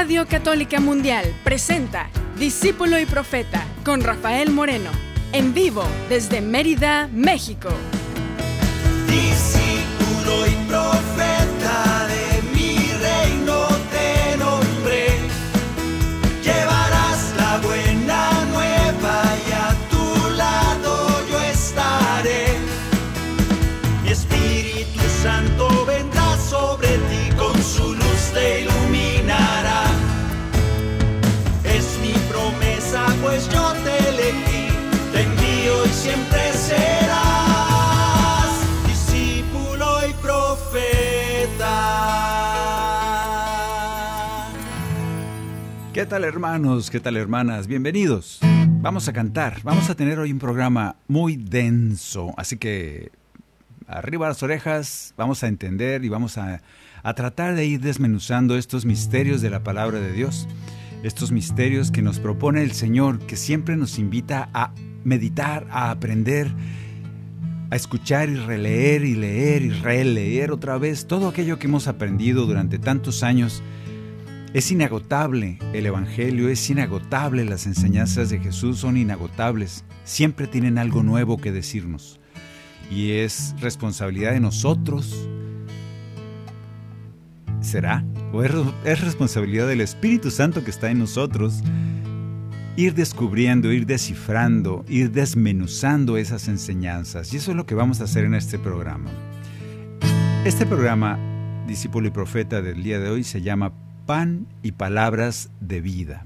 Radio Católica Mundial presenta Discípulo y Profeta con Rafael Moreno, en vivo desde Mérida, México. Discípulo y profeta de mi reino te nombré, llevarás la buena nueva y a tu lado yo estaré. Mi Espíritu Santo vendrá sobre ti, con su luz te iluminará. Es mi promesa, pues yo te elegí, te envío y siempre serás discípulo y profeta. ¿Qué tal, hermanos? ¿Qué tal, hermanas? Bienvenidos. Vamos a cantar. Vamos a tener hoy un programa muy denso, así que arriba las orejas, vamos a entender y vamos a tratar de ir desmenuzando estos misterios de la palabra de Dios, estos misterios que nos propone el Señor, que siempre nos invita a meditar, a aprender, a escuchar y releer y leer y releer otra vez todo aquello que hemos aprendido durante tantos años. Es inagotable el Evangelio, es inagotable, las enseñanzas de Jesús son inagotables, siempre tienen algo nuevo que decirnos. Y es responsabilidad de nosotros, ¿será? ¿O es responsabilidad del Espíritu Santo que está en nosotros ir descubriendo, ir descifrando, ir desmenuzando esas enseñanzas? Y eso es lo que vamos a hacer en este programa. Este programa, Discípulo y Profeta del día de hoy, se llama Pan y Palabras de Vida.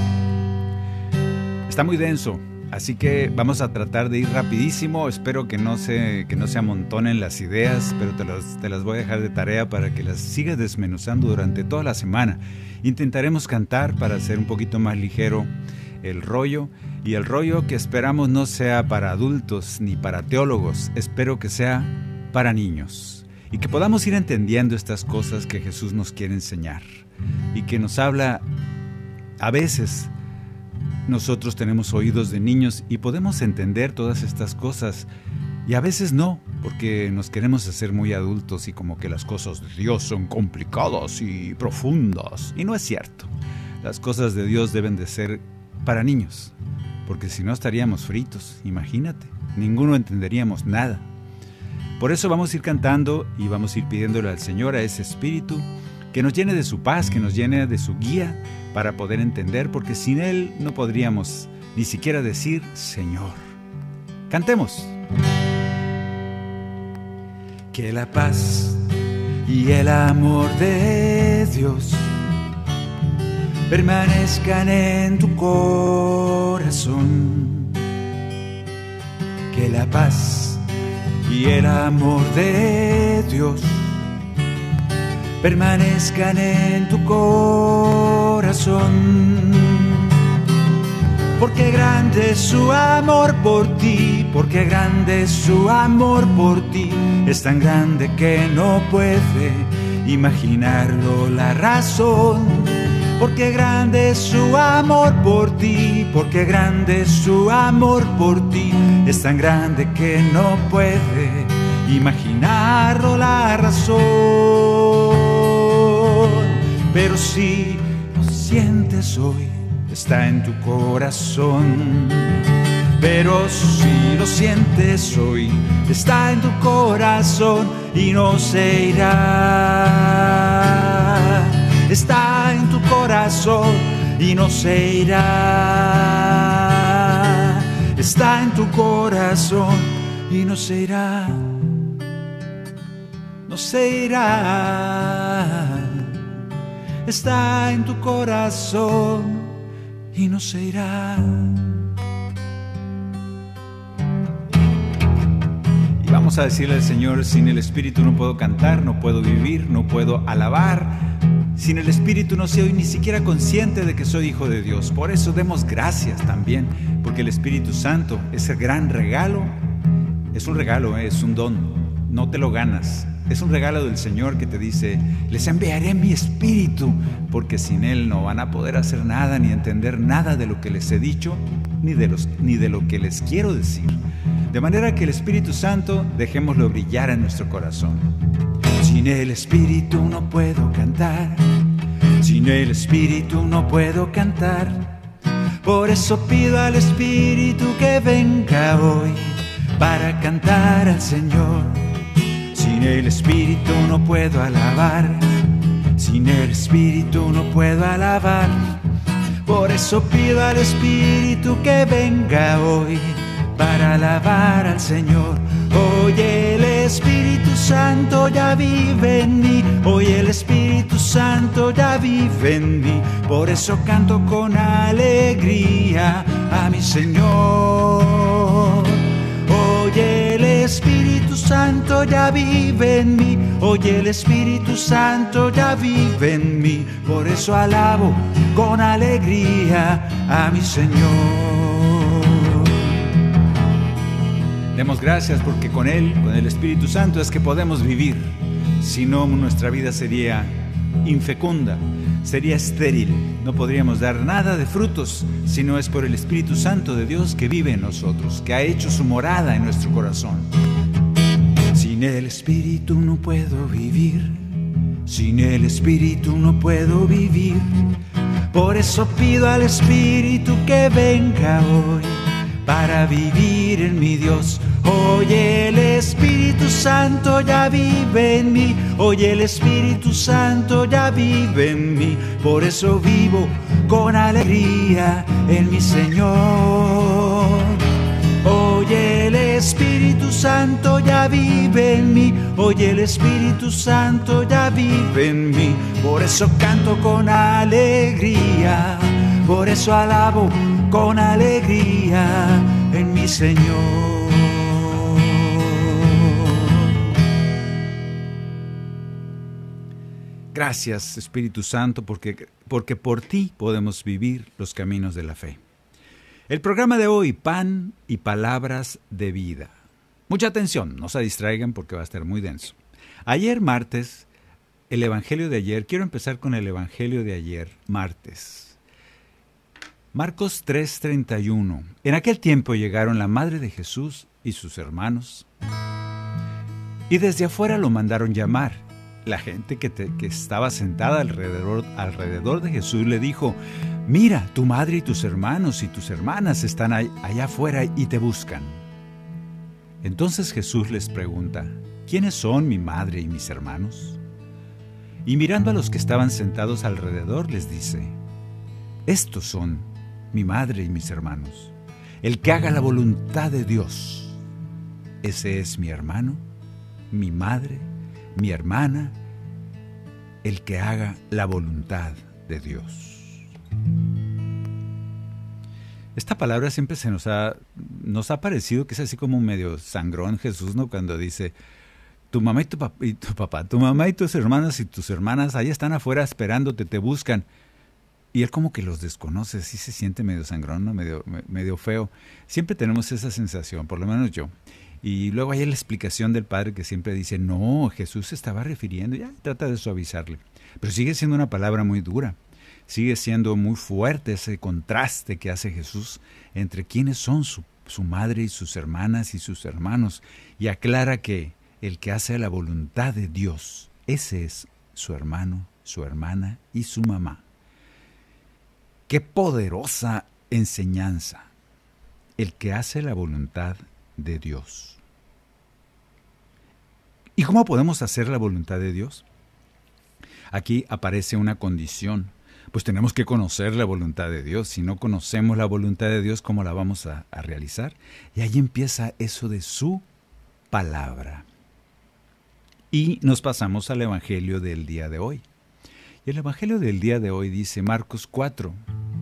Está muy denso, así que vamos a tratar de ir rapidísimo. Espero que no se amontonen las ideas, pero te las voy a dejar de tarea para que las sigas desmenuzando durante toda la semana. Intentaremos cantar para hacer un poquito más ligero el rollo, y el rollo que esperamos no sea para adultos ni para teólogos, espero que sea para niños, y que podamos ir entendiendo estas cosas que Jesús nos quiere enseñar, y que nos habla. A veces nosotros tenemos oídos de niños y podemos entender todas estas cosas, y a veces no, porque nos queremos hacer muy adultos y como que las cosas de Dios son complicadas y profundas, y no es cierto. Las cosas de Dios deben de ser para niños, porque si no estaríamos fritos, imagínate, ninguno entenderíamos nada. Por eso vamos a ir cantando y vamos a ir pidiéndole al Señor, a ese Espíritu, que nos llene de su paz, que nos llene de su guía para poder entender, porque sin Él no podríamos ni siquiera decir Señor. Cantemos. Que la paz y el amor de Dios permanezcan en tu corazón. Que la paz y el amor de Dios permanezcan en tu corazón. Porque grande es su amor por ti, porque grande es su amor por ti, es tan grande que no puede imaginarlo la razón. Porque grande es su amor por ti, porque grande es su amor por ti, es tan grande que no puede imaginarlo la razón. Pero si lo sientes hoy, está en tu corazón. Pero si lo sientes hoy, está en tu corazón y no se irá. Está en tu corazón y no se irá. Está en tu corazón y no se irá. No se irá. Está en tu corazón y no se irá. Y vamos a decirle al Señor, sin el Espíritu no puedo cantar, no puedo vivir, no puedo alabar. Sin el Espíritu no soy ni siquiera consciente de que soy hijo de Dios. Por eso demos gracias también, porque el Espíritu Santo, ese gran regalo, es un regalo, es un don, no te lo ganas. Es un regalo del Señor que te dice, les enviaré mi Espíritu, porque sin Él no van a poder hacer nada, ni entender nada de lo que les he dicho, ni de lo que les quiero decir. De manera que el Espíritu Santo, dejémoslo brillar en nuestro corazón. Sin el Espíritu no puedo cantar, Sin el Espíritu no puedo cantar. Por eso pido al Espíritu que venga hoy para cantar al Señor. Sin el Espíritu no puedo alabar. Sin el Espíritu no puedo alabar. Por eso pido al Espíritu que venga hoy para alabar al Señor. Hoy el Espíritu Santo ya vive en mí. Hoy el Espíritu Santo ya vive en mí. Por eso canto con alegría a mi Señor. Hoy el Espíritu Santo ya vive en mí. Hoy el Espíritu Santo ya vive en mí. Por eso alabo con alegría a mi Señor. Demos gracias porque con Él, con el Espíritu Santo, es que podemos vivir. Si no, nuestra vida sería infecunda, sería estéril. No podríamos dar nada de frutos si no es por el Espíritu Santo de Dios que vive en nosotros, que ha hecho su morada en nuestro corazón. Sin el Espíritu no puedo vivir. Sin el Espíritu no puedo vivir. Por eso pido al Espíritu que venga hoy para vivir en mi Dios. Hoy el Espíritu Santo ya vive en mí. Hoy el Espíritu Santo ya vive en mí. Por eso vivo con alegría en mi Señor. Hoy el Espíritu Santo ya vive en mí. Hoy el Espíritu Santo ya vive en mí. Por eso canto con alegría. Por eso alabo con alegría en mi Señor. Gracias, Espíritu Santo, porque por ti podemos vivir los caminos de la fe. El programa de hoy, pan y palabras de vida. Mucha atención, no se distraigan porque va a estar muy denso. Ayer martes, el Evangelio de ayer, quiero empezar con el Evangelio de ayer, martes. Marcos 3:31. En aquel tiempo llegaron la madre de Jesús y sus hermanos, y desde afuera lo mandaron llamar. La gente que estaba sentada alrededor de Jesús le dijo: mira, tu madre y tus hermanos y tus hermanas están allá afuera y te buscan. Entonces Jesús les pregunta: ¿quiénes son mi madre y mis hermanos? Y mirando a los que estaban sentados alrededor les dice: estos son mi madre y mis hermanos. El que haga la voluntad de Dios, ese es mi hermano, mi madre, mi hermana, el que haga la voluntad de Dios. Esta palabra siempre nos ha parecido que es así como medio sangrón Jesús, ¿no? Cuando dice: tu mamá y tu papá, tu mamá y tus hermanos y tus hermanas, ahí están afuera esperándote, te buscan. Y él como que los desconoce, sí se siente medio sangrón, ¿no? medio feo. Siempre tenemos esa sensación, por lo menos yo. Y luego hay la explicación del Padre que siempre dice: no, Jesús se estaba refiriendo, ya trata de suavizarle. Pero sigue siendo una palabra muy dura. Sigue siendo muy fuerte ese contraste que hace Jesús entre quiénes son su madre y sus hermanas y sus hermanos. Y aclara que el que hace la voluntad de Dios, ese es su hermano, su hermana y su mamá. ¡Qué poderosa enseñanza! El que hace la voluntad de Dios. ¿Y cómo podemos hacer la voluntad de Dios? Aquí aparece una condición. Pues tenemos que conocer la voluntad de Dios. Si no conocemos la voluntad de Dios, ¿cómo la vamos a realizar? Y ahí empieza eso de su palabra. Y nos pasamos al Evangelio del día de hoy. Y el Evangelio del día de hoy dice Marcos 4,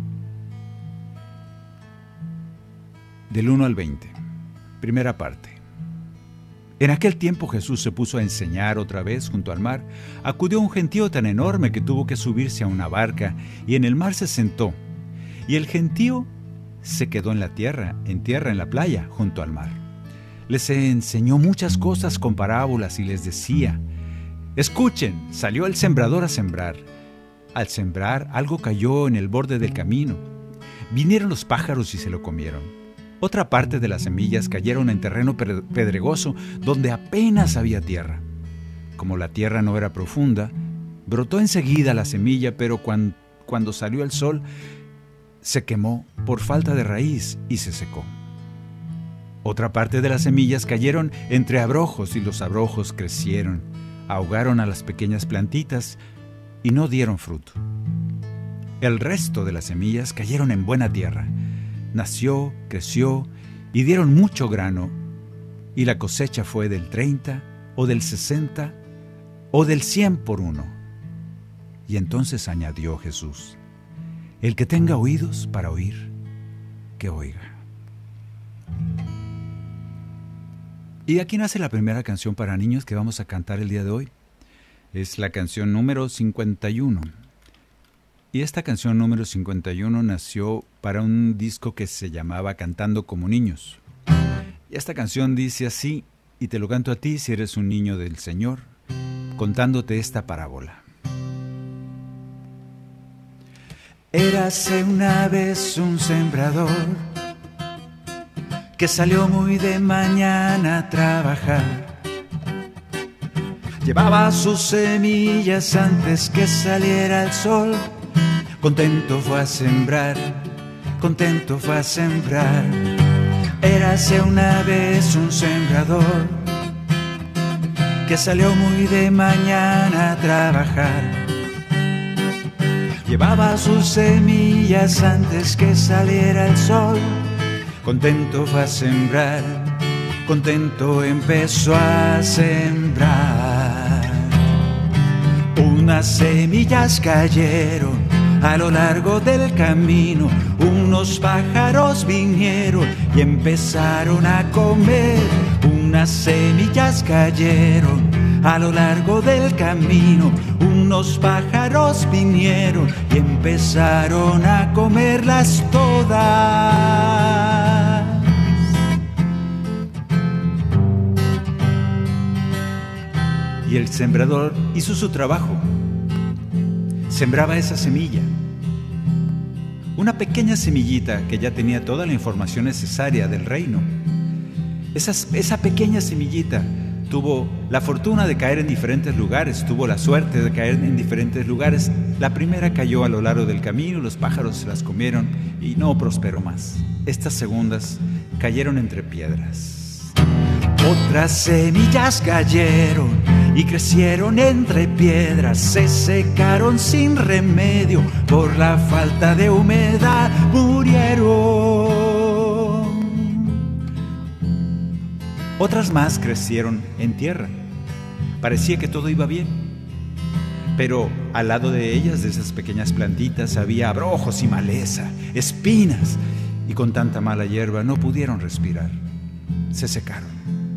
del 1 al 20. Primera parte. En aquel tiempo Jesús se puso a enseñar otra vez junto al mar. Acudió un gentío tan enorme que tuvo que subirse a una barca y en el mar se sentó. Y el gentío se quedó en tierra, en la playa, junto al mar. Les enseñó muchas cosas con parábolas y les decía: escuchen, salió el sembrador a sembrar. Al sembrar, algo cayó en el borde del camino. Vinieron los pájaros y se lo comieron. Otra parte de las semillas cayeron en terreno pedregoso donde apenas había tierra. Como la tierra no era profunda, Brotó enseguida la semilla, pero cuando salió el sol, se quemó por falta de raíz y se secó. Otra parte de las semillas cayeron entre abrojos y los abrojos crecieron, ahogaron a las pequeñas plantitas y no dieron fruto. El resto de las semillas cayeron en buena tierra. Nació, creció y dieron mucho grano, y la cosecha fue del 30 o del 60 o del 100 por uno. Y entonces añadió Jesús: el que tenga oídos para oír, que oiga. Y de aquí nace la primera canción para niños que vamos a cantar el día de hoy. Es la canción número 51. Y esta canción número 51 nació para un disco que se llamaba Cantando como Niños. Y esta canción dice así, y te lo canto a ti si eres un niño del Señor, contándote esta parábola. Érase una vez un sembrador que salió muy de mañana a trabajar. Llevaba sus semillas antes que saliera el sol. Contento fue a sembrar, contento fue a sembrar. Érase una vez un sembrador que salió muy de mañana a trabajar. Llevaba sus semillas antes que saliera el sol. Contento fue a sembrar, contento empezó a sembrar. Unas semillas cayeron a lo largo del camino, unos pájaros vinieron y empezaron a comer. Unas semillas cayeron a lo largo del camino, unos pájaros vinieron y empezaron a comerlas todas. Y el sembrador hizo su trabajo. Sembraba esa semilla. Una pequeña semillita que ya tenía toda la información necesaria del reino. Esa pequeña semillita tuvo la fortuna de caer en diferentes lugares, tuvo la suerte de caer en diferentes lugares. La primera cayó a lo largo del camino, los pájaros se las comieron y no prosperó más. Estas segundas cayeron entre piedras. Otras semillas cayeron y crecieron entre piedras, se secaron sin remedio, por la falta de humedad murieron. Otras más crecieron en tierra. Parecía que todo iba bien, pero al lado de ellas, de esas pequeñas plantitas, había abrojos y maleza, espinas, y con tanta mala hierba no pudieron respirar. Se secaron.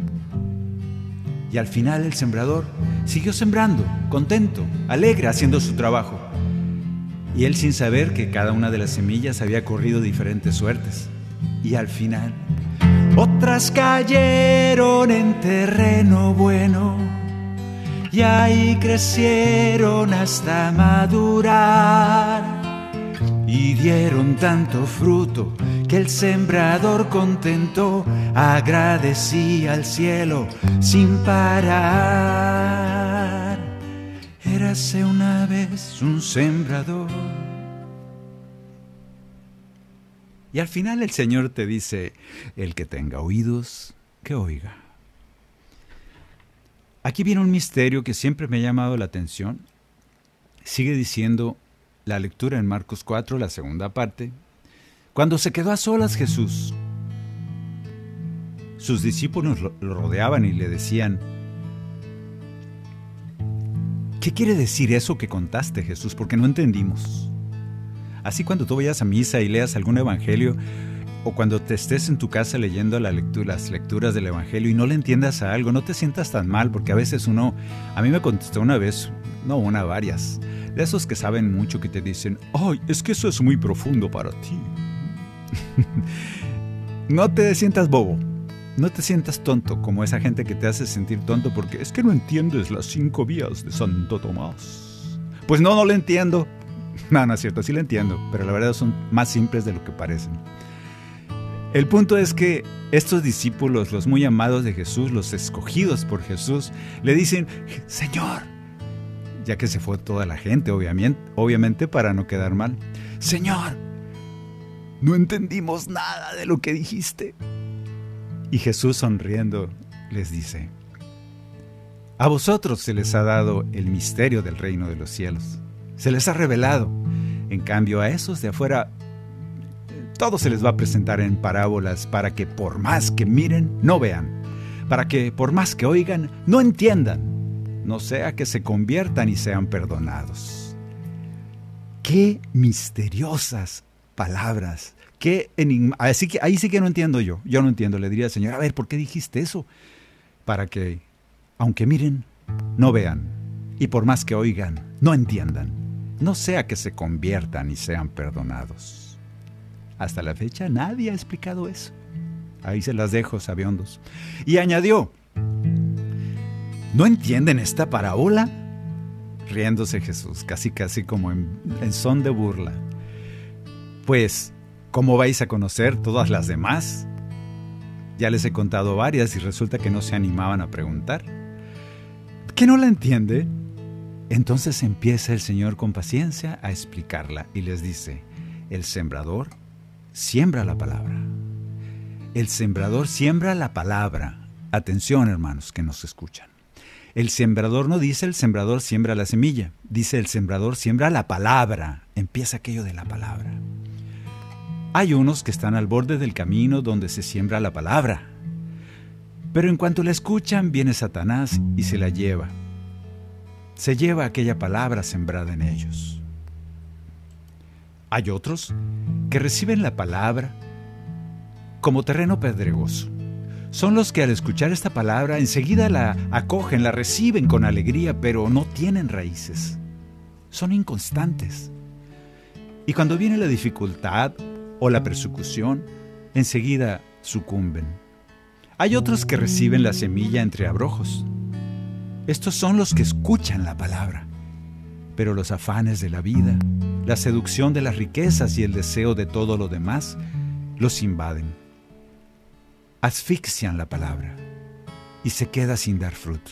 Y al final el sembrador siguió sembrando, contento, alegre, haciendo su trabajo. Y él sin saber que cada una de las semillas había corrido diferentes suertes. Y al final, otras cayeron en terreno bueno y ahí crecieron hasta madurar. Y dieron tanto fruto que el sembrador contento agradecía al cielo sin parar. Érase una vez un sembrador. Y al final el Señor te dice: el que tenga oídos, que oiga. Aquí viene un misterio que siempre me ha llamado la atención. Sigue diciendo la lectura en Marcos 4, la segunda parte. Cuando se quedó a solas Jesús, sus discípulos lo rodeaban y le decían: ¿qué quiere decir eso que contaste, Jesús? Porque no entendimos. Así cuando tú vayas a misa y leas algún evangelio, o cuando te estés en tu casa leyendo las lecturas del evangelio y no le entiendas a algo, no te sientas tan mal, porque a veces a mí me contestó una vez, no una, varias, de esos que saben mucho, que te dicen: ¡ay, es que eso es muy profundo para ti! No te sientas bobo, no te sientas tonto como esa gente que te hace sentir tonto porque es que no entiendes las 5 vías de Santo Tomás. Pues no lo entiendo. No es cierto, sí lo entiendo, pero la verdad son más simples de lo que parecen. El punto es que estos discípulos, los muy amados de Jesús, los escogidos por Jesús, le dicen: Señor, ya que se fue toda la gente, obviamente para no quedar mal. Señor, no entendimos nada de lo que dijiste. Y Jesús, sonriendo, les dice: a vosotros se les ha dado el misterio del reino de los cielos. Se les ha revelado. En cambio, a esos de afuera, todo se les va a presentar en parábolas para que por más que miren, no vean. Para que por más que oigan, no entiendan. No sea que se conviertan y sean perdonados. ¡Qué misteriosas palabras! ¡Qué enigma! Así que ahí sí que no entiendo yo. Yo no entiendo. Le diría al Señor: a ver, ¿por qué dijiste eso? Para que, aunque miren, no vean. Y por más que oigan, no entiendan. No sea que se conviertan y sean perdonados. Hasta la fecha nadie ha explicado eso. Ahí se las dejo, sabiondos. Y añadió: ¿no entienden esta parábola? Riéndose Jesús, casi como en son de burla. Pues, ¿cómo vais a conocer todas las demás? Ya les he contado varias y resulta que no se animaban a preguntar. ¿Que no la entiende? Entonces empieza el Señor con paciencia a explicarla y les dice: el sembrador siembra la palabra. El sembrador siembra la palabra. Atención, hermanos que nos escuchan. El sembrador no dice el sembrador siembra la semilla, dice el sembrador siembra la palabra. Empieza aquello de la palabra. Hay unos que están al borde del camino donde se siembra la palabra, pero en cuanto la escuchan viene Satanás y se la lleva. Se lleva aquella palabra sembrada en ellos. Hay otros que reciben la palabra como terreno pedregoso. Son los que al escuchar esta palabra enseguida la acogen, la reciben con alegría, pero no tienen raíces. Son inconstantes. Y cuando viene la dificultad o la persecución, enseguida sucumben. Hay otros que reciben la semilla entre abrojos. Estos son los que escuchan la palabra, pero los afanes de la vida, la seducción de las riquezas y el deseo de todo lo demás los invaden. Asfixian la palabra y se queda sin dar fruto.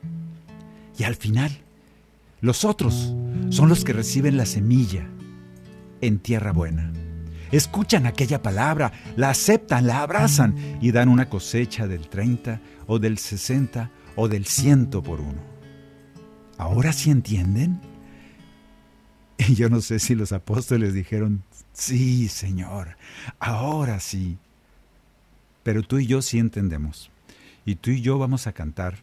Y al final, los otros son los que reciben la semilla en tierra buena. Escuchan aquella palabra, la aceptan, la abrazan y dan una cosecha del 30 o del 60 o del 100 por uno. ¿Ahora sí entienden? Y yo no sé si los apóstoles dijeron: sí, Señor, ahora sí. Pero tú y yo sí entendemos. Y tú y yo vamos a cantar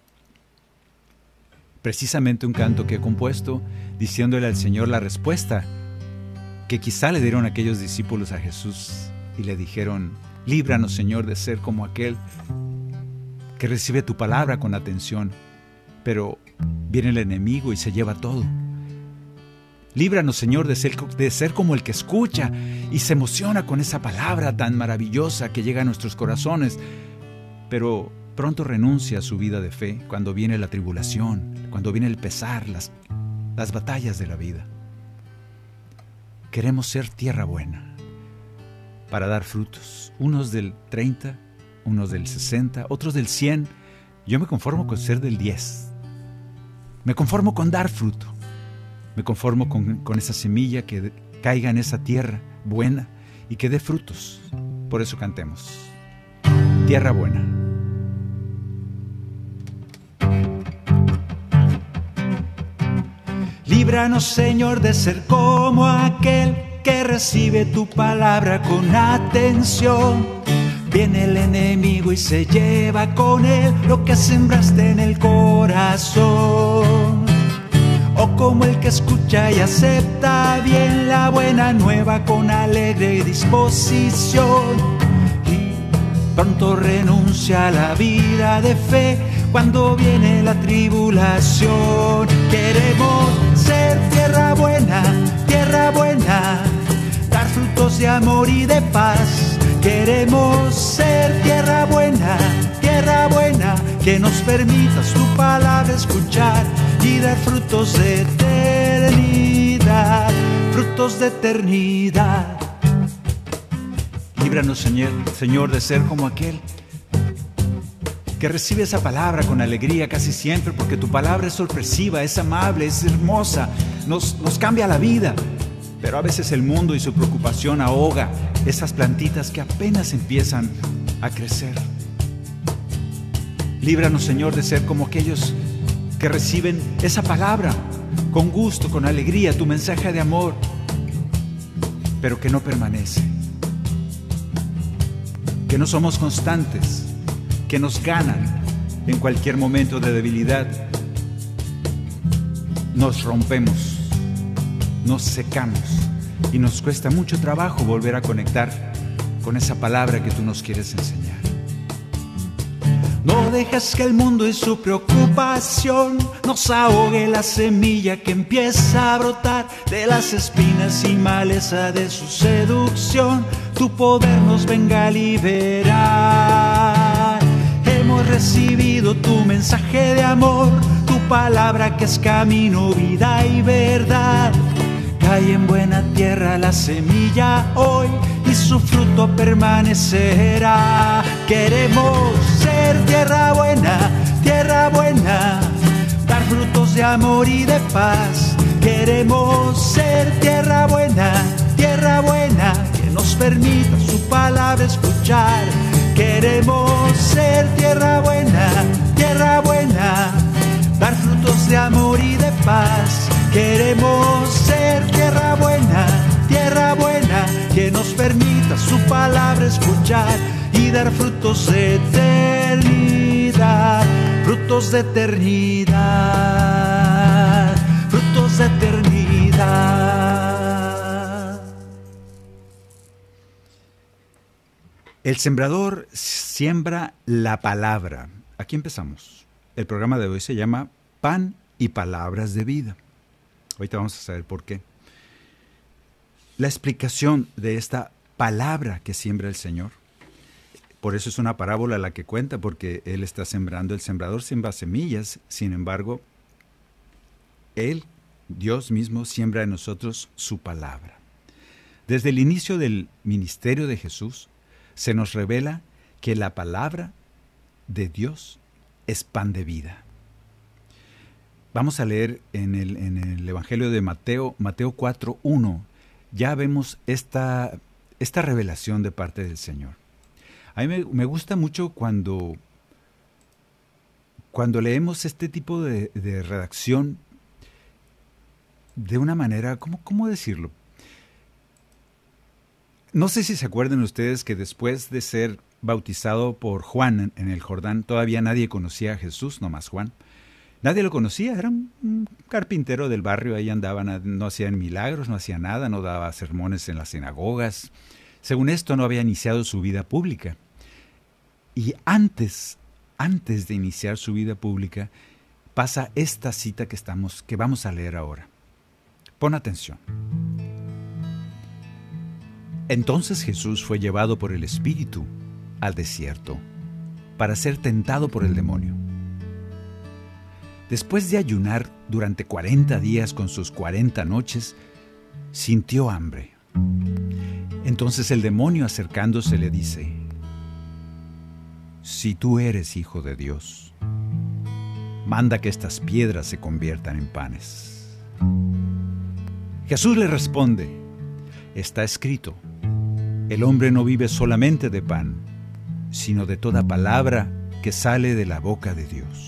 precisamente un canto que he compuesto diciéndole al Señor la respuesta que quizá le dieron aquellos discípulos a Jesús y le dijeron: líbranos, Señor, de ser como aquel que recibe tu palabra con atención, pero viene el enemigo y se lleva todo. Líbranos, Señor, de ser como el que escucha y se emociona con esa palabra tan maravillosa que llega a nuestros corazones, pero pronto renuncia a su vida de fe cuando viene la tribulación, cuando viene el pesar, las batallas de la vida. Queremos ser tierra buena para dar frutos, unos del 30, unos del 60, otros del 100. Yo me conformo con ser del 10. Me conformo con dar fruto. Me conformo con esa semilla que caiga en esa tierra buena y que dé frutos. Por eso cantemos: tierra buena. Líbranos, Señor, de ser como aquel que recibe tu palabra con atención. Viene el enemigo y se lleva con él lo que sembraste en el corazón. O como el que escucha y acepta bien la buena nueva con alegre disposición, y pronto renuncia a la vida de fe cuando viene la tribulación. Queremos ser tierra buena, dar frutos de amor y de paz. Queremos ser tierra buena, que nos permitas tu palabra escuchar y dar frutos de eternidad, frutos de eternidad. Líbranos, Señor, de ser como aquel que recibe esa palabra con alegría casi siempre, porque tu palabra es sorpresiva, es amable, es hermosa, nos cambia la vida. Pero a veces el mundo y su preocupación ahoga esas plantitas que apenas empiezan a crecer. Líbranos, Señor, de ser como aquellos que reciben esa palabra con gusto, con alegría, tu mensaje de amor, pero que no permanece. Que no somos constantes, que nos ganan en cualquier momento de debilidad. Nos rompemos, nos secamos y nos cuesta mucho trabajo volver a conectar con esa palabra que tú nos quieres enseñar. No dejes que el mundo y su preocupación nos ahogue la semilla que empieza a brotar de las espinas y maleza de su seducción. Tu poder nos venga a liberar. Hemos recibido tu mensaje de amor, tu palabra que es camino, vida y verdad. Cae en buena tierra la semilla hoy y su fruto permanecerá. Queremos ser tierra buena, dar frutos de amor y de paz. Queremos ser tierra buena, que nos permita su palabra escuchar. Queremos ser tierra buena, dar frutos de amor y de paz. Queremos ser tierra buena, que nos permita su palabra escuchar y dar frutos de eternidad, frutos de eternidad, frutos de eternidad. El sembrador siembra la palabra. Aquí empezamos. El programa de hoy se llama Pan y Palabras de Vida. Ahorita vamos a saber por qué. La explicación de esta palabra que siembra el Señor. Por eso es una parábola la que cuenta, porque Él está sembrando. El sembrador siembra semillas, sin embargo, Él, Dios mismo, siembra en nosotros su palabra. Desde el inicio del ministerio de Jesús, se nos revela que la palabra de Dios es pan de vida. Vamos a leer en el Evangelio de Mateo 4:1. Ya vemos esta revelación de parte del Señor. A mí me gusta mucho cuando leemos este tipo de redacción de una manera, ¿cómo decirlo? No sé si se acuerdan ustedes que después de ser bautizado por Juan en el Jordán, todavía nadie conocía a Jesús, nomás Juan. Nadie lo conocía, era un carpintero del barrio, ahí andaba, no hacían milagros, no hacía nada, no daba sermones en las sinagogas. Según esto, no había iniciado su vida pública. Y antes de iniciar su vida pública, pasa esta cita que vamos a leer ahora. Pon atención. Entonces Jesús fue llevado por el Espíritu al desierto para ser tentado por el demonio. Después de ayunar durante 40 días con sus 40 noches, sintió hambre. Entonces el demonio, acercándose, le dice: si tú eres hijo de Dios, manda que estas piedras se conviertan en panes. Jesús le responde: está escrito, el hombre no vive solamente de pan, sino de toda palabra que sale de la boca de Dios.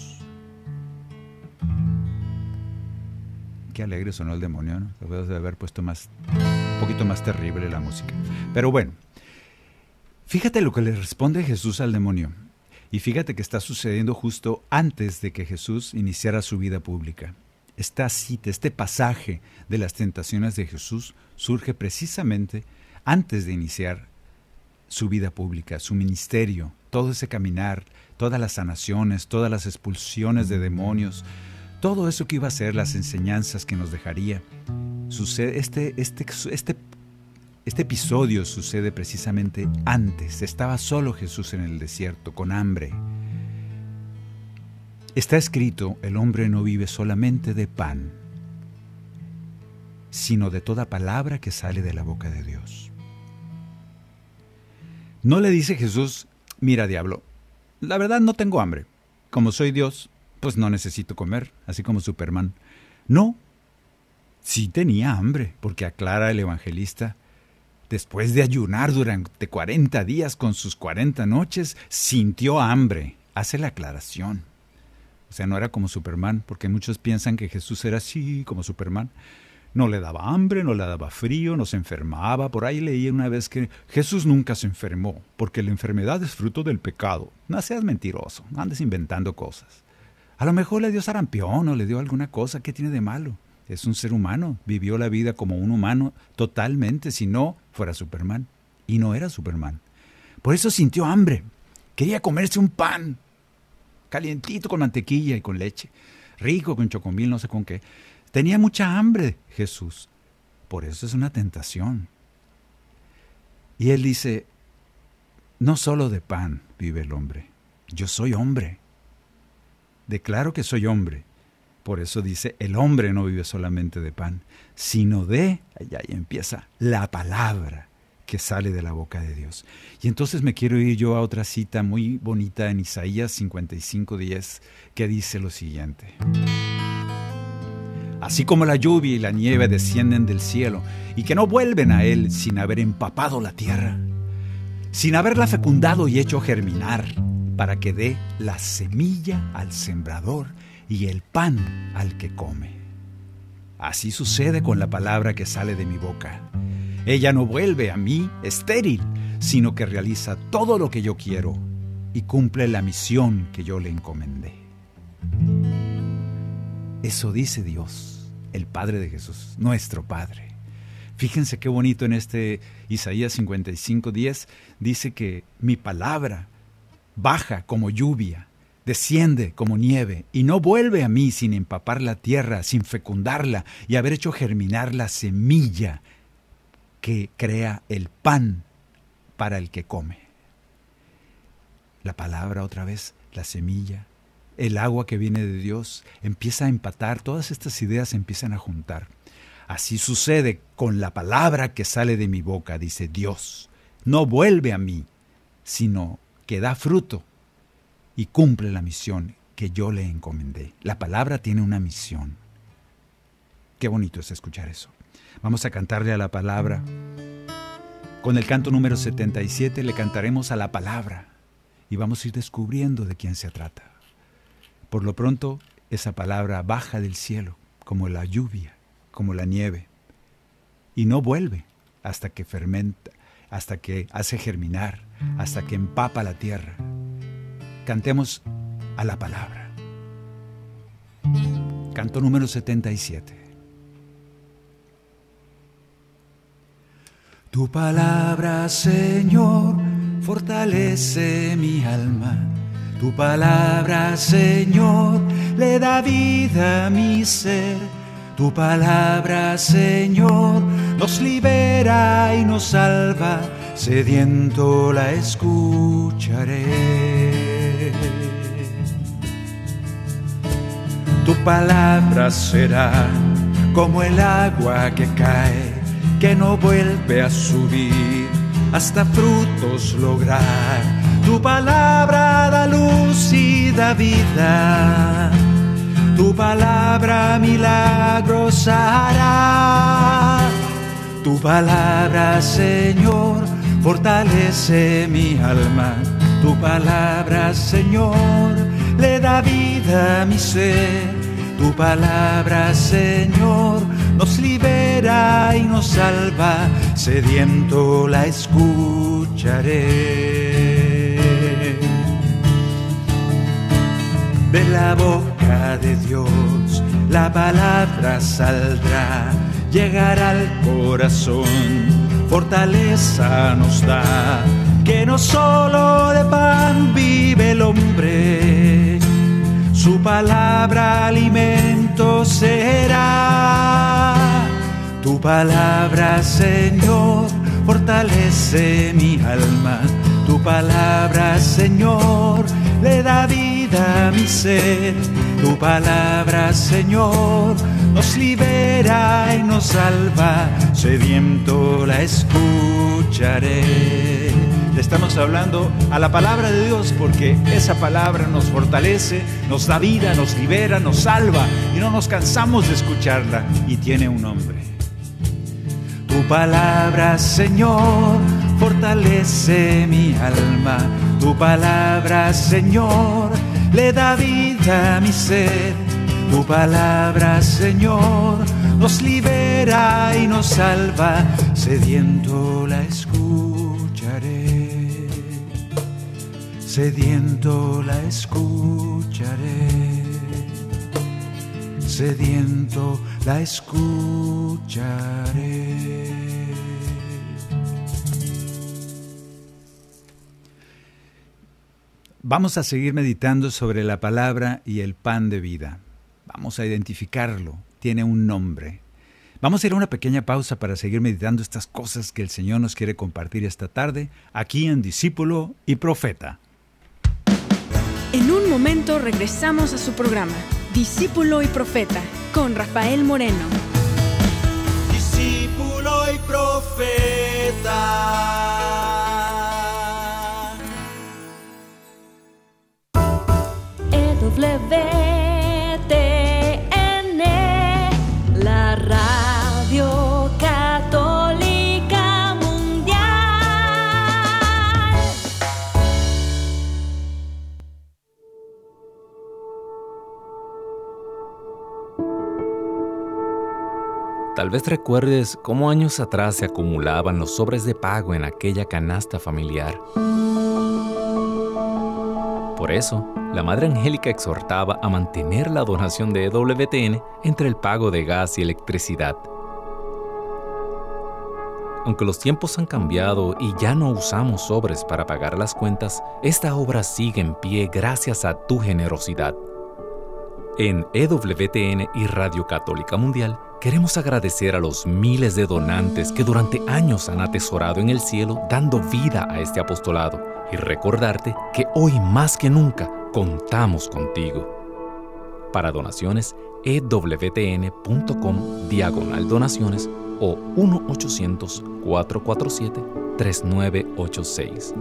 Qué alegre sonó el demonio, ¿no? Debe haber puesto un poquito más terrible la música. Pero bueno, fíjate lo que le responde Jesús al demonio. Y fíjate que está sucediendo justo antes de que Jesús iniciara su vida pública. Esta cita, este pasaje de las tentaciones de Jesús surge precisamente antes de iniciar su vida pública, su ministerio, todo ese caminar, todas las sanaciones, todas las expulsiones de demonios, todo eso que iba a ser, las enseñanzas que nos dejaría. Sucede, este episodio sucede precisamente antes. Estaba solo Jesús en el desierto, con hambre. Está escrito, el hombre no vive solamente de pan, sino de toda palabra que sale de la boca de Dios. No le dice Jesús: mira, diablo, la verdad no tengo hambre. Como soy Dios, pues no necesito comer, así como Superman. No, sí tenía hambre, porque aclara el evangelista, después de ayunar durante 40 días con sus 40 noches, sintió hambre. Hace la aclaración. O sea, no era como Superman, porque muchos piensan que Jesús era así, como Superman. No le daba hambre, no le daba frío, no se enfermaba. Por ahí leí una vez que Jesús nunca se enfermó, porque la enfermedad es fruto del pecado. No seas mentiroso, no andes inventando cosas. A lo mejor le dio sarampión o le dio alguna cosa. ¿Qué tiene de malo? Es un ser humano, vivió la vida como un humano totalmente, si no fuera Superman. Y no era Superman. Por eso sintió hambre. Quería comerse un pan, calientito con mantequilla y con leche, rico con chocomil, no sé con qué. Tenía mucha hambre Jesús. Por eso es una tentación. Y él dice, no solo de pan vive el hombre. Yo soy hombre. Declaro que soy hombre. Por eso dice, el hombre no vive solamente de pan, sino de, allá empieza, la palabra que sale de la boca de Dios. Y entonces me quiero ir yo a otra cita muy bonita en Isaías 55:10, que dice lo siguiente. Así como la lluvia y la nieve descienden del cielo, y que no vuelven a él sin haber empapado la tierra, sin haberla fecundado y hecho germinar, para que dé la semilla al sembrador y el pan al que come. Así sucede con la palabra que sale de mi boca. Ella no vuelve a mí estéril, sino que realiza todo lo que yo quiero y cumple la misión que yo le encomendé. Eso dice Dios, el Padre de Jesús, nuestro Padre. Fíjense qué bonito en este Isaías 55:10 dice que mi palabra baja como lluvia, desciende como nieve y no vuelve a mí sin empapar la tierra, sin fecundarla y haber hecho germinar la semilla que crea el pan para el que come. La palabra otra vez, la semilla, el agua que viene de Dios, empieza a empatar, todas estas ideas se empiezan a juntar. Así sucede con la palabra que sale de mi boca, dice Dios. No vuelve a mí, sino que da fruto y cumple la misión que yo le encomendé. La palabra tiene una misión. Qué bonito es escuchar eso. Vamos a cantarle a la palabra. Con el canto número 77 le cantaremos a la palabra y vamos a ir descubriendo de quién se trata. Por lo pronto, esa palabra baja del cielo como la lluvia, como la nieve, y no vuelve hasta que fermenta, hasta que hace germinar, hasta que empapa la tierra. Cantemos a la palabra. Canto número 77. Tu palabra, Señor, fortalece mi alma. Tu palabra, Señor, le da vida a mi ser. Tu palabra, Señor, nos libera y nos salva. Sediento la escucharé. Tu palabra será como el agua que cae, que no vuelve a subir hasta frutos lograr. Tu palabra da luz y da vida. Tu palabra milagros hará. Tu palabra, Señor, fortalece mi alma. Tu palabra, Señor, le da vida a mi ser. Tu palabra, Señor, nos libera y nos salva. Sediento la escucharé. De la boca de Dios la palabra saldrá, llegará al corazón, fortaleza nos da, que no solo de pan vive el hombre, su palabra alimento será. Tu palabra, Señor, fortalece mi alma. Tu palabra, Señor, le da vida a mi ser. Tu palabra, Señor, nos libera y nos salva. Sediento la escucharé. Le estamos hablando a la palabra de Dios porque esa palabra nos fortalece, nos da vida, nos libera, nos salva y no nos cansamos de escucharla y tiene un nombre. Tu palabra, Señor, fortalece mi alma. Tu palabra, Señor, le da vida a mi ser. Tu palabra, Señor, nos libera y nos salva. Sediento la escucharé. Sediento la escucharé. Sediento la escucharé. Vamos a seguir meditando sobre la palabra y el pan de vida. Vamos a identificarlo. Tiene un nombre. Vamos a ir a una pequeña pausa para seguir meditando estas cosas que el Señor nos quiere compartir esta tarde, aquí en Discípulo y Profeta. En un momento regresamos a su programa, Discípulo y Profeta, con Rafael Moreno. Discípulo y Profeta. EWTN, la Radio Católica Mundial. Tal vez recuerdes cómo años atrás se acumulaban los sobres de pago en aquella canasta familiar. Por eso, la Madre Angélica exhortaba a mantener la donación de EWTN entre el pago de gas y electricidad. Aunque los tiempos han cambiado y ya no usamos sobres para pagar las cuentas, esta obra sigue en pie gracias a tu generosidad. En EWTN y Radio Católica Mundial, queremos agradecer a los miles de donantes que durante años han atesorado en el cielo dando vida a este apostolado y recordarte que hoy más que nunca contamos contigo. Para donaciones, ewtn.com/donaciones o 1-800-447-3986.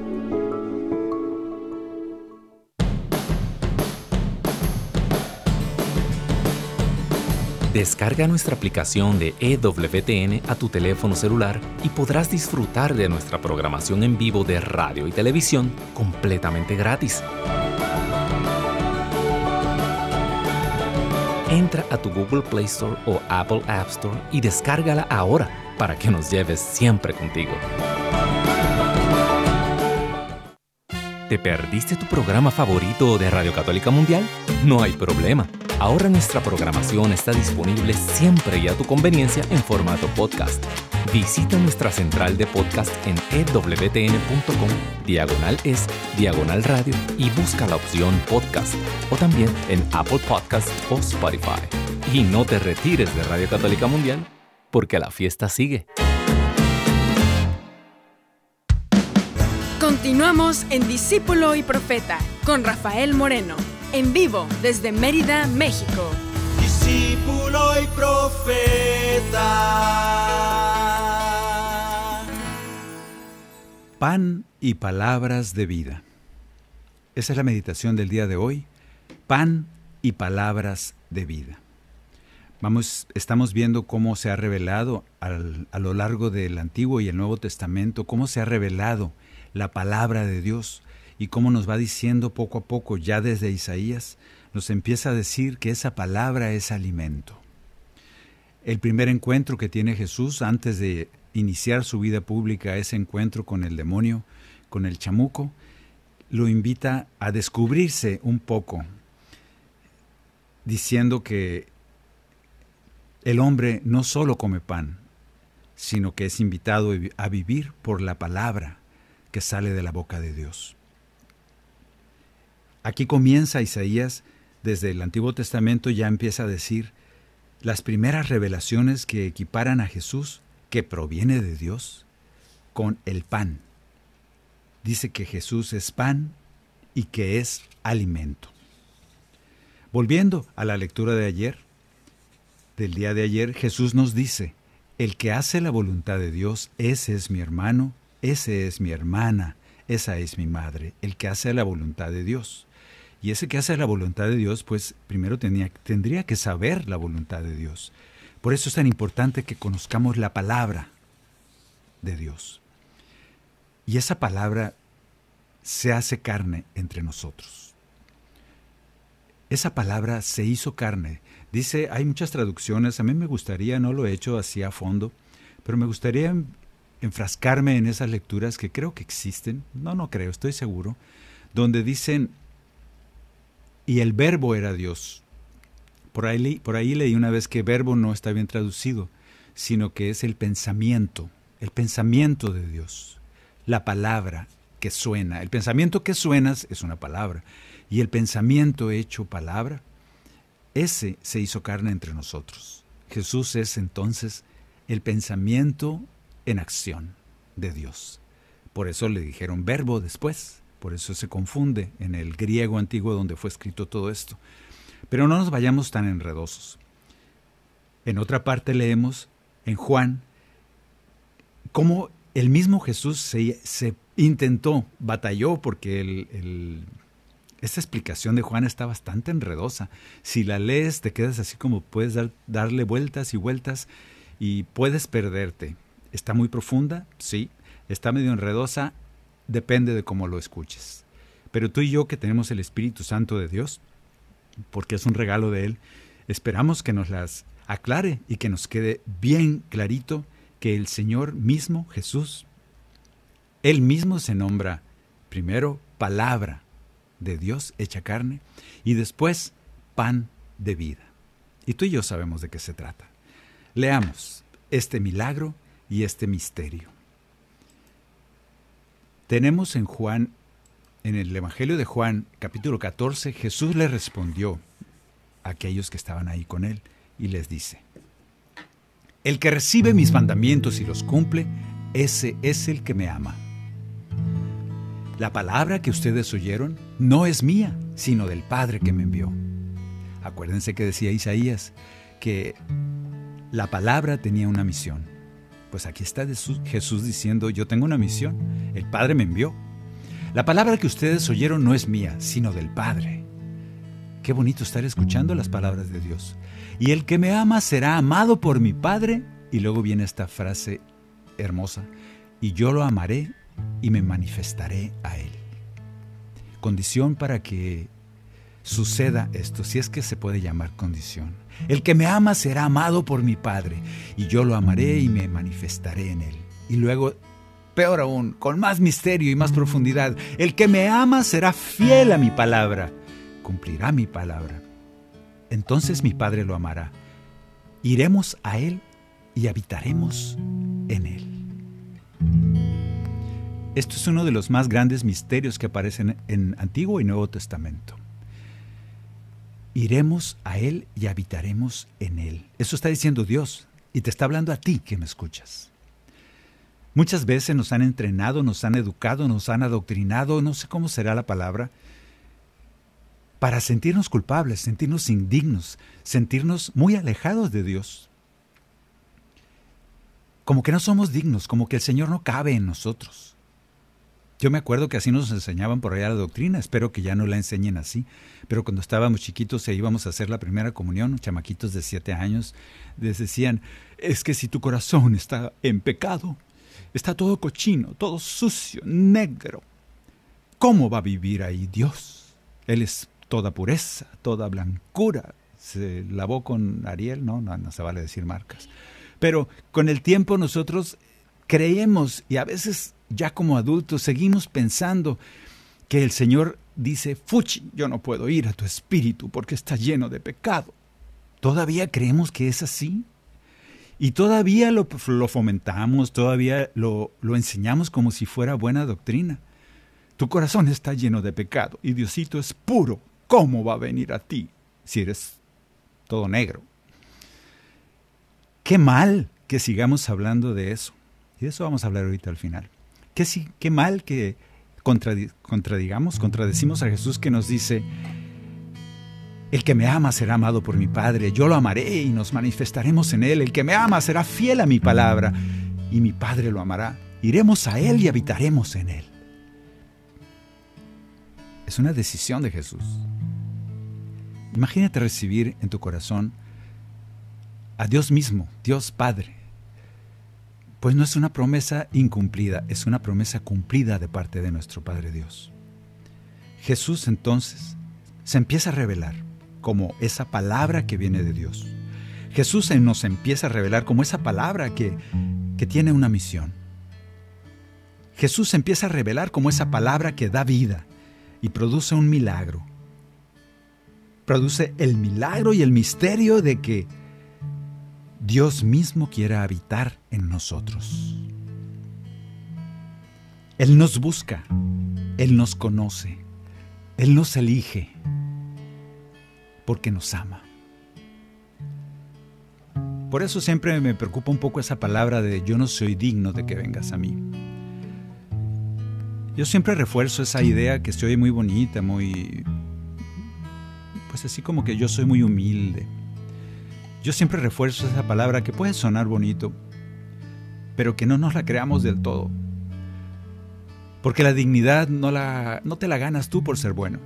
Descarga nuestra aplicación de EWTN a tu teléfono celular y podrás disfrutar de nuestra programación en vivo de radio y televisión completamente gratis. Entra a tu Google Play Store o Apple App Store y descárgala ahora para que nos lleves siempre contigo. ¿Te perdiste tu programa favorito de Radio Católica Mundial? No hay problema. Ahora nuestra programación está disponible siempre y a tu conveniencia en formato podcast. Visita nuestra central de podcast en ewtn.com/es/radio y busca la opción podcast o también en Apple Podcasts o Spotify. Y no te retires de Radio Católica Mundial porque la fiesta sigue. Continuamos en Discípulo y Profeta con Rafael Moreno, en vivo desde Mérida, México. Discípulo y Profeta. Pan y palabras de vida. Esa es la meditación del día de hoy. Pan y palabras de vida. Estamos viendo cómo se ha revelado a lo largo del Antiguo y el Nuevo Testamento, cómo se ha revelado la palabra de Dios y cómo nos va diciendo poco a poco, ya desde Isaías, nos empieza a decir que esa palabra es alimento. El primer encuentro que tiene Jesús antes de iniciar su vida pública, ese encuentro con el demonio, con el chamuco, lo invita a descubrirse un poco, diciendo que el hombre no solo come pan, sino que es invitado a vivir por la palabra que sale de la boca de Dios. Aquí comienza Isaías, desde el Antiguo Testamento ya empieza a decir las primeras revelaciones que equiparan a Jesús, que proviene de Dios, con el pan. Dice que Jesús es pan y que es alimento. Volviendo a la lectura de ayer, del día de ayer, Jesús nos dice, el que hace la voluntad de Dios, ese es mi hermano ese es mi hermana, esa es mi madre, el que hace la voluntad de Dios. Y ese que hace la voluntad de Dios, pues primero tendría que saber la voluntad de Dios. Por eso es tan importante que conozcamos la palabra de Dios. Y esa palabra se hace carne entre nosotros. Esa palabra se hizo carne. Dice, hay muchas traducciones, a mí me gustaría, no lo he hecho así a fondo, pero me gustaría enfrascarme en esas lecturas que creo que existen, no creo, estoy seguro, donde dicen, y el verbo era Dios. Por ahí leí una vez que verbo no está bien traducido, sino que es el pensamiento de Dios, la palabra que suena. El pensamiento que suenas es una palabra, y el pensamiento hecho palabra, ese se hizo carne entre nosotros. Jesús es entonces el pensamiento en acción de Dios. Por eso le dijeron verbo después, por eso se confunde en el griego antiguo donde fue escrito todo esto. Pero no nos vayamos tan enredosos. En otra parte leemos en Juan cómo el mismo Jesús se intentó, batalló, porque esta explicación de Juan está bastante enredosa. Si la lees te quedas así como puedes darle vueltas y vueltas y puedes perderte. ¿Está muy profunda? Sí. ¿Está medio enredosa? Depende de cómo lo escuches. Pero tú y yo, que tenemos el Espíritu Santo de Dios, porque es un regalo de Él, esperamos que nos las aclare y que nos quede bien clarito que el Señor mismo, Jesús, Él mismo se nombra primero palabra de Dios hecha carne y después pan de vida. Y tú y yo sabemos de qué se trata. Leamos este milagro y este misterio. Tenemos en Juan, en el Evangelio de Juan, capítulo 14, Jesús le respondió a aquellos que estaban ahí con él y les dice: el que recibe mis mandamientos y los cumple, ese es el que me ama. La palabra que ustedes oyeron no es mía, sino del Padre que me envió. Acuérdense que decía Isaías que la palabra tenía una misión. Pues aquí está Jesús diciendo, yo tengo una misión, el Padre me envió. La palabra que ustedes oyeron no es mía, sino del Padre. Qué bonito estar escuchando las palabras de Dios. Y el que me ama será amado por mi Padre. Y luego viene esta frase hermosa: y yo lo amaré y me manifestaré a él. Condición para que suceda esto, si es que se puede llamar condición. El que me ama será amado por mi Padre, y yo lo amaré y me manifestaré en él. Y luego, peor aún, con más misterio y más profundidad: el que me ama será fiel a mi palabra, cumplirá mi palabra. Entonces mi Padre lo amará. Iremos a él y habitaremos en él. Esto es uno de los más grandes misterios que aparecen en Antiguo y Nuevo Testamento. Iremos a él y habitaremos en él. Eso está diciendo Dios y te está hablando a ti que me escuchas. Muchas veces nos han entrenado, nos han educado, nos han adoctrinado, no sé cómo será la palabra, para sentirnos culpables, sentirnos indignos, sentirnos muy alejados de Dios. Como que no somos dignos, como que el Señor no cabe en nosotros. Yo me acuerdo que así nos enseñaban por allá la doctrina, espero que ya no la enseñen así, pero cuando estábamos chiquitos e íbamos a hacer la primera comunión, chamaquitos de 7 años, les decían, es que si tu corazón está en pecado, está todo cochino, todo sucio, negro, ¿cómo va a vivir ahí Dios? Él es toda pureza, toda blancura. Se lavó con Ariel, no se vale decir marcas. Pero con el tiempo nosotros creemos, y a veces ya como adultos seguimos pensando que el Señor dice, fuchi, yo no puedo ir a tu espíritu porque está lleno de pecado. ¿Todavía creemos que es así? Y todavía lo fomentamos, todavía lo enseñamos como si fuera buena doctrina. Tu corazón está lleno de pecado y Diosito es puro. ¿Cómo va a venir a ti si eres todo negro? Qué mal que sigamos hablando de eso. Y de eso vamos a hablar ahorita al final. Qué mal que contradecimos a Jesús que nos dice, el que me ama será amado por mi Padre, yo lo amaré y nos manifestaremos en él. El que me ama será fiel a mi palabra y mi Padre lo amará iremos a Él y habitaremos en Él. Es una decisión de Jesús. Imagínate recibir en tu corazón a Dios mismo, Dios Padre. Pues no es una promesa incumplida, es una promesa cumplida de parte de nuestro Padre Dios. Jesús entonces se empieza a revelar como esa palabra que viene de Dios. Jesús nos empieza a revelar como esa palabra que tiene una misión. Jesús se empieza a revelar como esa palabra que da vida y produce un milagro. Produce el milagro y el misterio de que Dios mismo quiera habitar en nosotros. Él nos busca, Él nos conoce, Él nos elige, porque nos ama. Por eso siempre me preocupa un poco esa palabra de yo no soy digno de que vengas a mí. Yo siempre refuerzo esa idea que se oye muy bonita, pues así como que yo soy muy humilde. Yo siempre refuerzo esa palabra que puede sonar bonito, pero que no nos la creamos del todo. Porque la dignidad no te la ganas tú por ser bueno.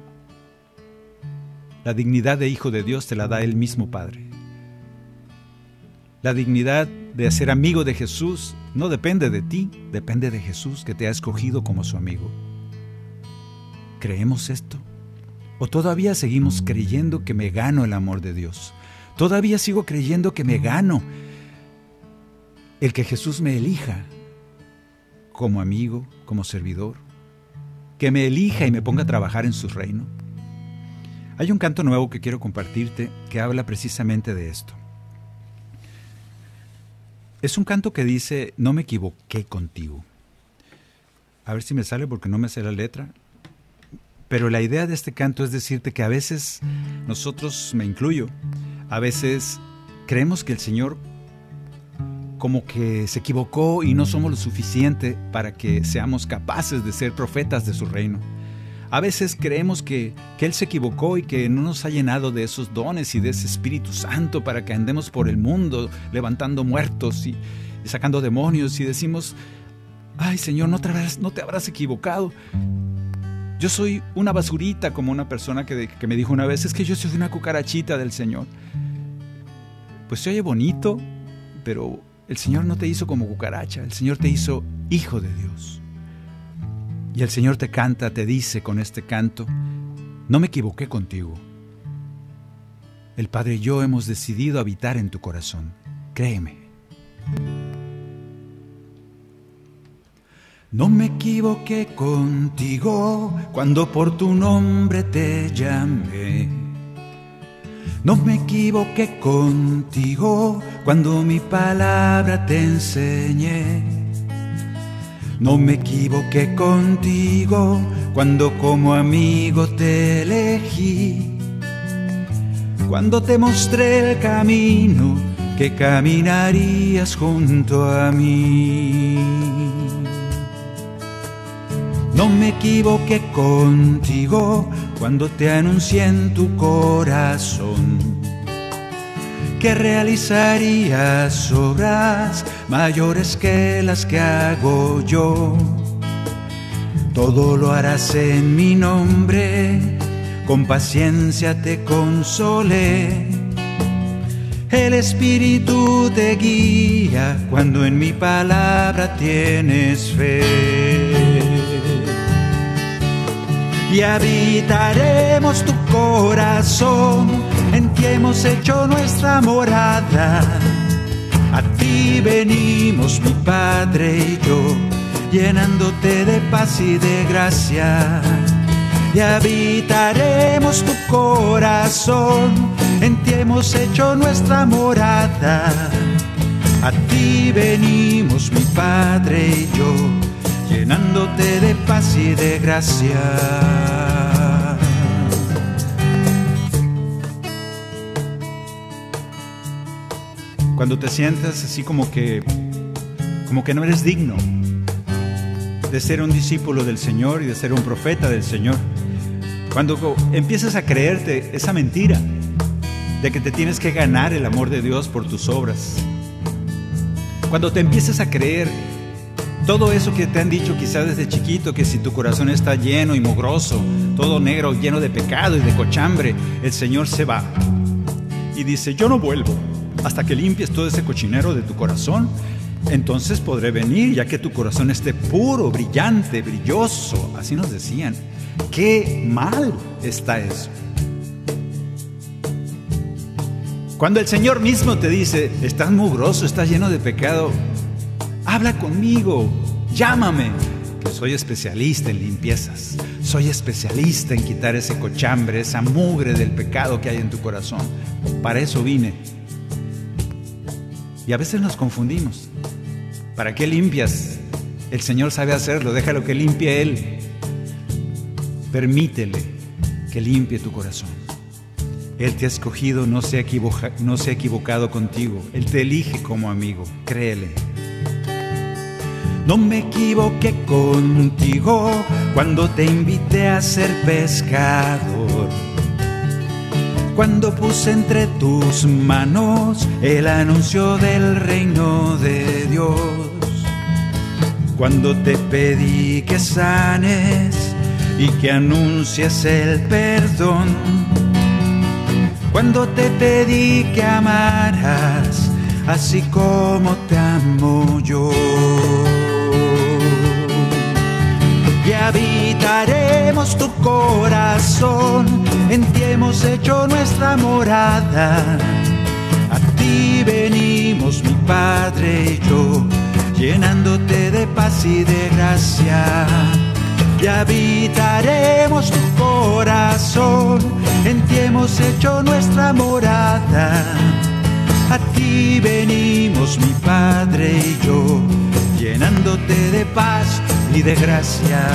La dignidad de hijo de Dios te la da el mismo Padre. La dignidad de ser amigo de Jesús no depende de ti, depende de Jesús que te ha escogido como su amigo. ¿Creemos esto? ¿O todavía seguimos creyendo que me gano el amor de Dios? ¿Todavía sigo creyendo que me gano el que Jesús me elija como amigo, como servidor? Que me elija y me ponga a trabajar en su reino. Hay un canto nuevo que quiero compartirte que habla precisamente de esto. Es un canto que dice, no me equivoqué contigo. A ver si me sale porque no me sé la letra. Pero la idea de este canto es decirte que a veces nosotros, me incluyo, a veces creemos que el Señor como que se equivocó y no somos lo suficiente para que seamos capaces de ser profetas de su reino. A veces creemos que Él se equivocó y que no nos ha llenado de esos dones y de ese Espíritu Santo para que andemos por el mundo levantando muertos y sacando demonios y decimos, ay Señor, no te habrás equivocado. Yo soy una basurita, como una persona que me dijo una vez, es que yo soy una cucarachita del Señor. Pues se oye bonito, pero el Señor no te hizo como cucaracha, el Señor te hizo hijo de Dios. Y el Señor te canta, te dice con este canto, no me equivoqué contigo. El Padre y yo hemos decidido habitar en tu corazón. Créeme. No me equivoqué contigo cuando por tu nombre te llamé. No me equivoqué contigo cuando mi palabra te enseñé. No me equivoqué contigo cuando como amigo te elegí. Cuando te mostré el camino que caminarías junto a mí. No me equivoqué contigo cuando te anuncié en tu corazón que realizarías obras mayores que las que hago yo. Todo lo harás en mi nombre, con paciencia te consolé. El Espíritu te guía cuando en mi palabra tienes fe. Y habitaremos tu corazón, en ti hemos hecho nuestra morada. A ti venimos, mi Padre y yo, llenándote de paz y de gracia. Y habitaremos tu corazón, en ti hemos hecho nuestra morada. A ti venimos, mi Padre y yo, llenándote de paz y de gracia. Cuando te sientas así como que no eres digno de ser un discípulo del Señor y de ser un profeta del Señor, cuando empiezas a creerte esa mentira de que te tienes que ganar el amor de Dios por tus obras, cuando te empiezas a creer Todo eso que te han dicho quizás desde chiquito, que si tu corazón está lleno y mugroso, todo negro, lleno de pecado y de cochambre, el Señor se va y dice: yo no vuelvo hasta que limpies todo ese cochinero de tu corazón. Entonces podré venir, ya que tu corazón esté puro, brillante, brilloso. Así nos decían. ¡Qué mal está eso! Cuando el Señor mismo te dice: estás mugroso, estás lleno de pecado, habla conmigo, llámame, que soy especialista en limpiezas. Soy especialista en quitar ese cochambre, esa mugre del pecado que hay en tu corazón. Para eso vine. Y a veces nos confundimos. ¿Para qué limpias? El Señor sabe hacerlo, déjalo que limpie Él. Permítele que limpie tu corazón. Él te ha escogido, no se ha equivocado contigo. Él te elige como amigo, créele. No me equivoqué contigo cuando te invité a ser pescador. Cuando puse entre tus manos el anuncio del reino de Dios. Cuando te pedí que sanes y que anuncies el perdón. Cuando te pedí que amaras así como te amo yo. Y habitaremos tu corazón, en ti hemos hecho nuestra morada. A ti venimos, mi Padre y yo, llenándote de paz y de gracia. Y habitaremos tu corazón, en ti hemos hecho nuestra morada. A ti venimos, mi Padre y yo, llenándote de paz y de gracia.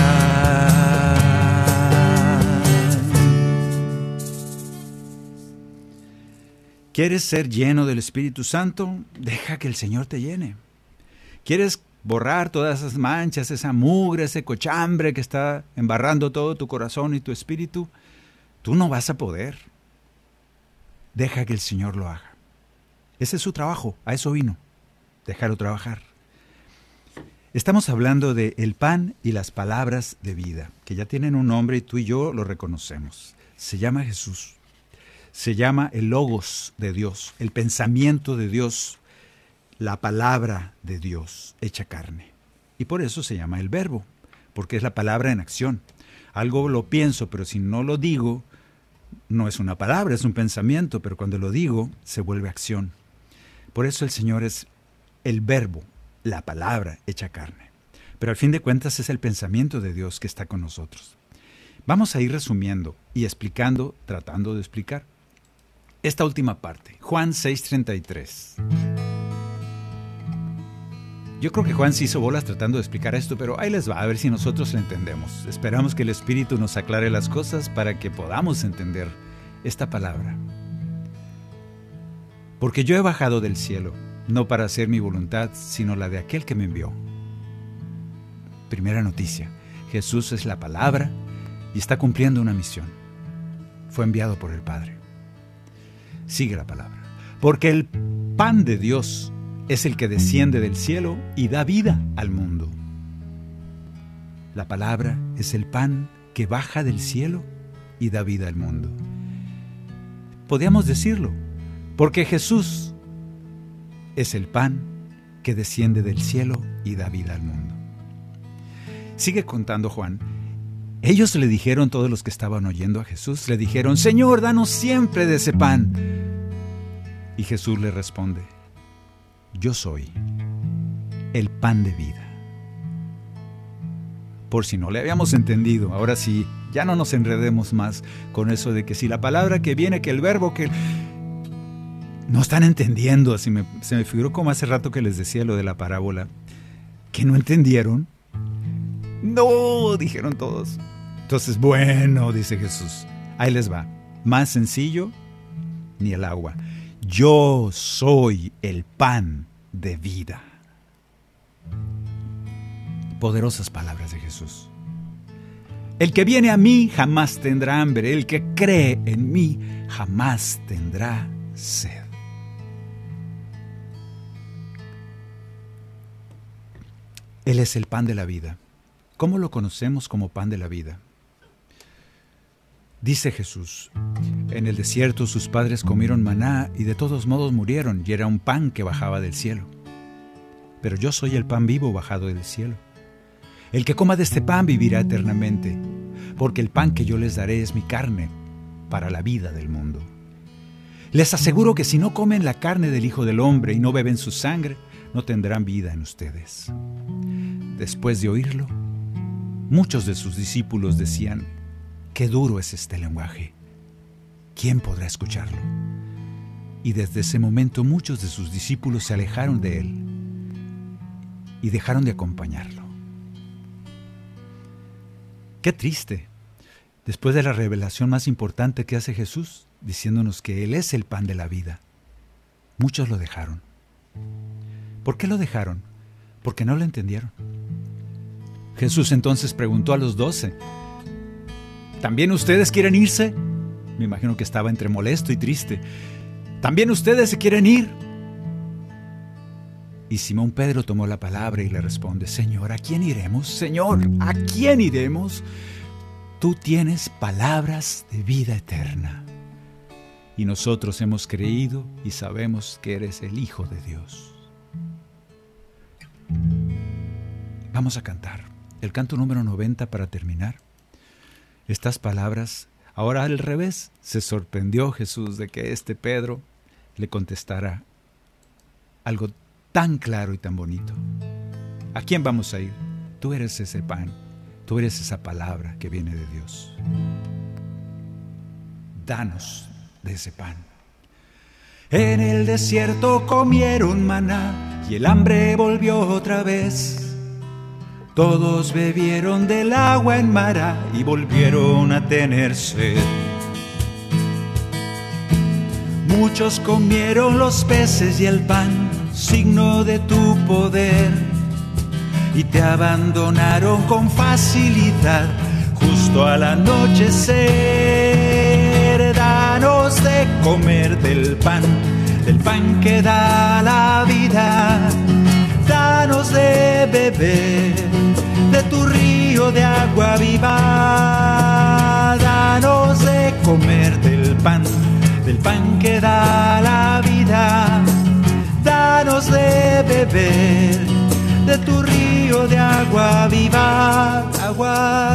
¿Quieres ser lleno del Espíritu Santo? Deja que el Señor te llene. ¿Quieres borrar todas esas manchas, esa mugre, ese cochambre que está embarrando todo tu corazón y tu espíritu? Tú no vas a poder. Deja que el Señor lo haga. Ese es su trabajo, a eso vino. Déjalo trabajar. Estamos hablando de el pan y las palabras de vida, que ya tienen un nombre y tú y yo lo reconocemos. Se llama Jesús. Se llama el Logos de Dios, el pensamiento de Dios, la palabra de Dios hecha carne. Y por eso se llama el Verbo, porque es la palabra en acción. Algo lo pienso, pero si no lo digo, no es una palabra, es un pensamiento, pero cuando lo digo, se vuelve acción. Por eso el Señor es el Verbo, la palabra hecha carne. Pero al fin de cuentas es el pensamiento de Dios que está con nosotros. Vamos a ir resumiendo y explicando, tratando de explicar esta última parte. Juan 6:33. Yo creo que Juan se hizo bolas tratando de explicar esto, pero ahí les va, a ver si nosotros lo entendemos. Esperamos que el Espíritu nos aclare las cosas para que podamos entender esta palabra. Porque yo he bajado del cielo, no para hacer mi voluntad, sino la de aquel que me envió. Primera noticia, Jesús es la palabra y está cumpliendo una misión. Fue enviado por el Padre. Sigue la palabra. Porque el pan de Dios es el que desciende del cielo y da vida al mundo. La palabra es el pan que baja del cielo y da vida al mundo. Podríamos decirlo, porque Jesús es el pan que desciende del cielo y da vida al mundo. Sigue contando Juan. Ellos le dijeron, todos los que estaban oyendo a Jesús, le dijeron: Señor, danos siempre de ese pan. Y Jesús le responde: Yo soy el pan de vida. Por si no le habíamos entendido, ahora sí, ya no nos enredemos más con eso de que si la palabra que viene, que el verbo que... No están entendiendo, se me figuró como hace rato que les decía lo de la parábola, que no entendieron. No, dijeron todos. Entonces, bueno, dice Jesús, ahí les va, más sencillo ni el agua. Yo soy el pan de vida. Poderosas palabras de Jesús. El que viene a mí jamás tendrá hambre, el que cree en mí jamás tendrá sed. Él es el pan de la vida. ¿Cómo lo conocemos como pan de la vida? Dice Jesús, en el desierto sus padres comieron maná y de todos modos murieron, y era un pan que bajaba del cielo. Pero yo soy el pan vivo bajado del cielo. El que coma de este pan vivirá eternamente, porque el pan que yo les daré es mi carne para la vida del mundo. Les aseguro que si no comen la carne del Hijo del Hombre y no beben su sangre, no tendrán vida en ustedes. Después de oírlo, muchos de sus discípulos decían, qué duro es este lenguaje. ¿Quién podrá escucharlo? Y desde ese momento muchos de sus discípulos se alejaron de él y dejaron de acompañarlo. Qué triste. Después de la revelación más importante que hace Jesús, diciéndonos que Él es el pan de la vida, muchos lo dejaron. ¿Por qué lo dejaron? Porque no lo entendieron. Jesús entonces preguntó a los 12, ¿también ustedes quieren irse? Me imagino que estaba entre molesto y triste. ¿También ustedes se quieren ir? Y Simón Pedro tomó la palabra y le responde, Señor, ¿a quién iremos? Señor, ¿a quién iremos? Tú tienes palabras de vida eterna. Y nosotros hemos creído y sabemos que eres el Hijo de Dios. Vamos a cantar el canto número 90 para terminar. Estas palabras, ahora al revés, se sorprendió Jesús de que Pedro le contestara algo tan claro y tan bonito. ¿A quién vamos a ir? Tú eres ese pan, tú eres esa palabra que viene de Dios. Danos de ese pan. En el desierto comieron maná y el hambre volvió otra vez. Todos bebieron del agua en Mará y volvieron a tener sed. Muchos comieron los peces y el pan, signo de tu poder, y te abandonaron con facilidad justo al anochecer. Danos de comer del pan que da la vida. Danos de beber de tu río de agua viva. Danos de comer del pan que da la vida. Danos de beber de tu río de agua viva, agua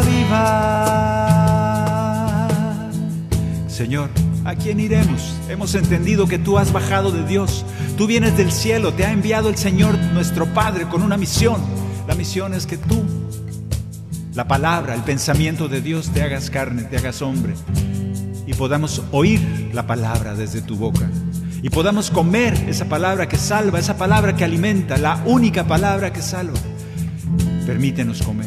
viva. Señor, ¿a quién iremos? Hemos entendido que tú has bajado de Dios. Tú vienes del cielo, te ha enviado el Señor nuestro Padre con una misión. La misión es que tú, la palabra, el pensamiento de Dios, te hagas carne, te hagas hombre, y podamos oír la palabra desde tu boca, y podamos comer esa palabra que salva, esa palabra que alimenta, la única palabra que salva. Permítenos comer,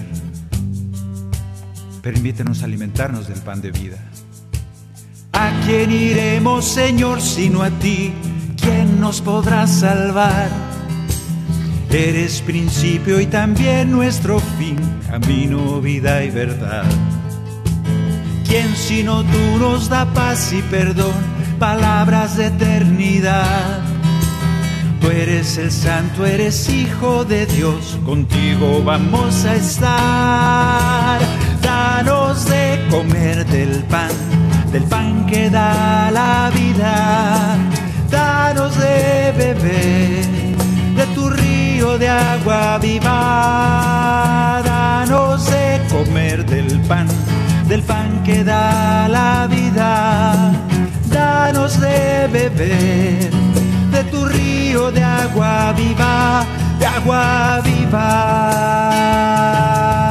permítenos alimentarnos del pan de vida. ¿A quién iremos, Señor, sino a ti? ¿Quién nos podrá salvar? Eres principio y también nuestro fin, camino, vida y verdad. ¿Quién sino tú nos da paz y perdón, palabras de eternidad? Tú eres el Santo, eres Hijo de Dios, contigo vamos a estar. Danos de comer del pan que da la vida. Danos de beber de tu río de agua viva. Danos de comer del pan que da la vida. Danos de beber de tu río de agua viva, de agua viva.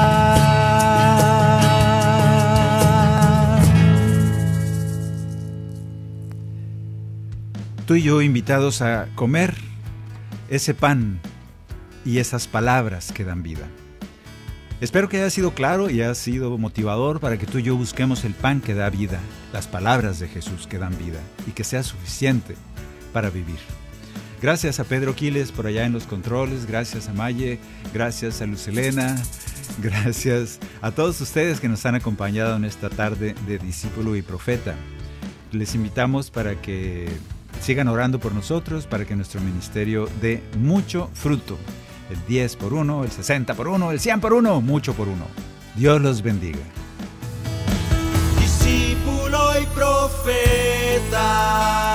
Tú y yo invitados a comer ese pan y esas palabras que dan vida. Espero que haya sido claro y haya sido motivador para que tú y yo busquemos el pan que da vida, las palabras de Jesús que dan vida, y que sea suficiente para vivir. Gracias a Pedro Quiles por allá en los controles, gracias a Maye, gracias a Lucelena, gracias a todos ustedes que nos han acompañado en esta tarde de Discípulo y Profeta. Les invitamos para que sigan orando por nosotros, para que nuestro ministerio dé mucho fruto. el 10 por 1, el 60 por 1, el 100 por 1, mucho por 1. Dios los bendiga. Discípulo y profeta.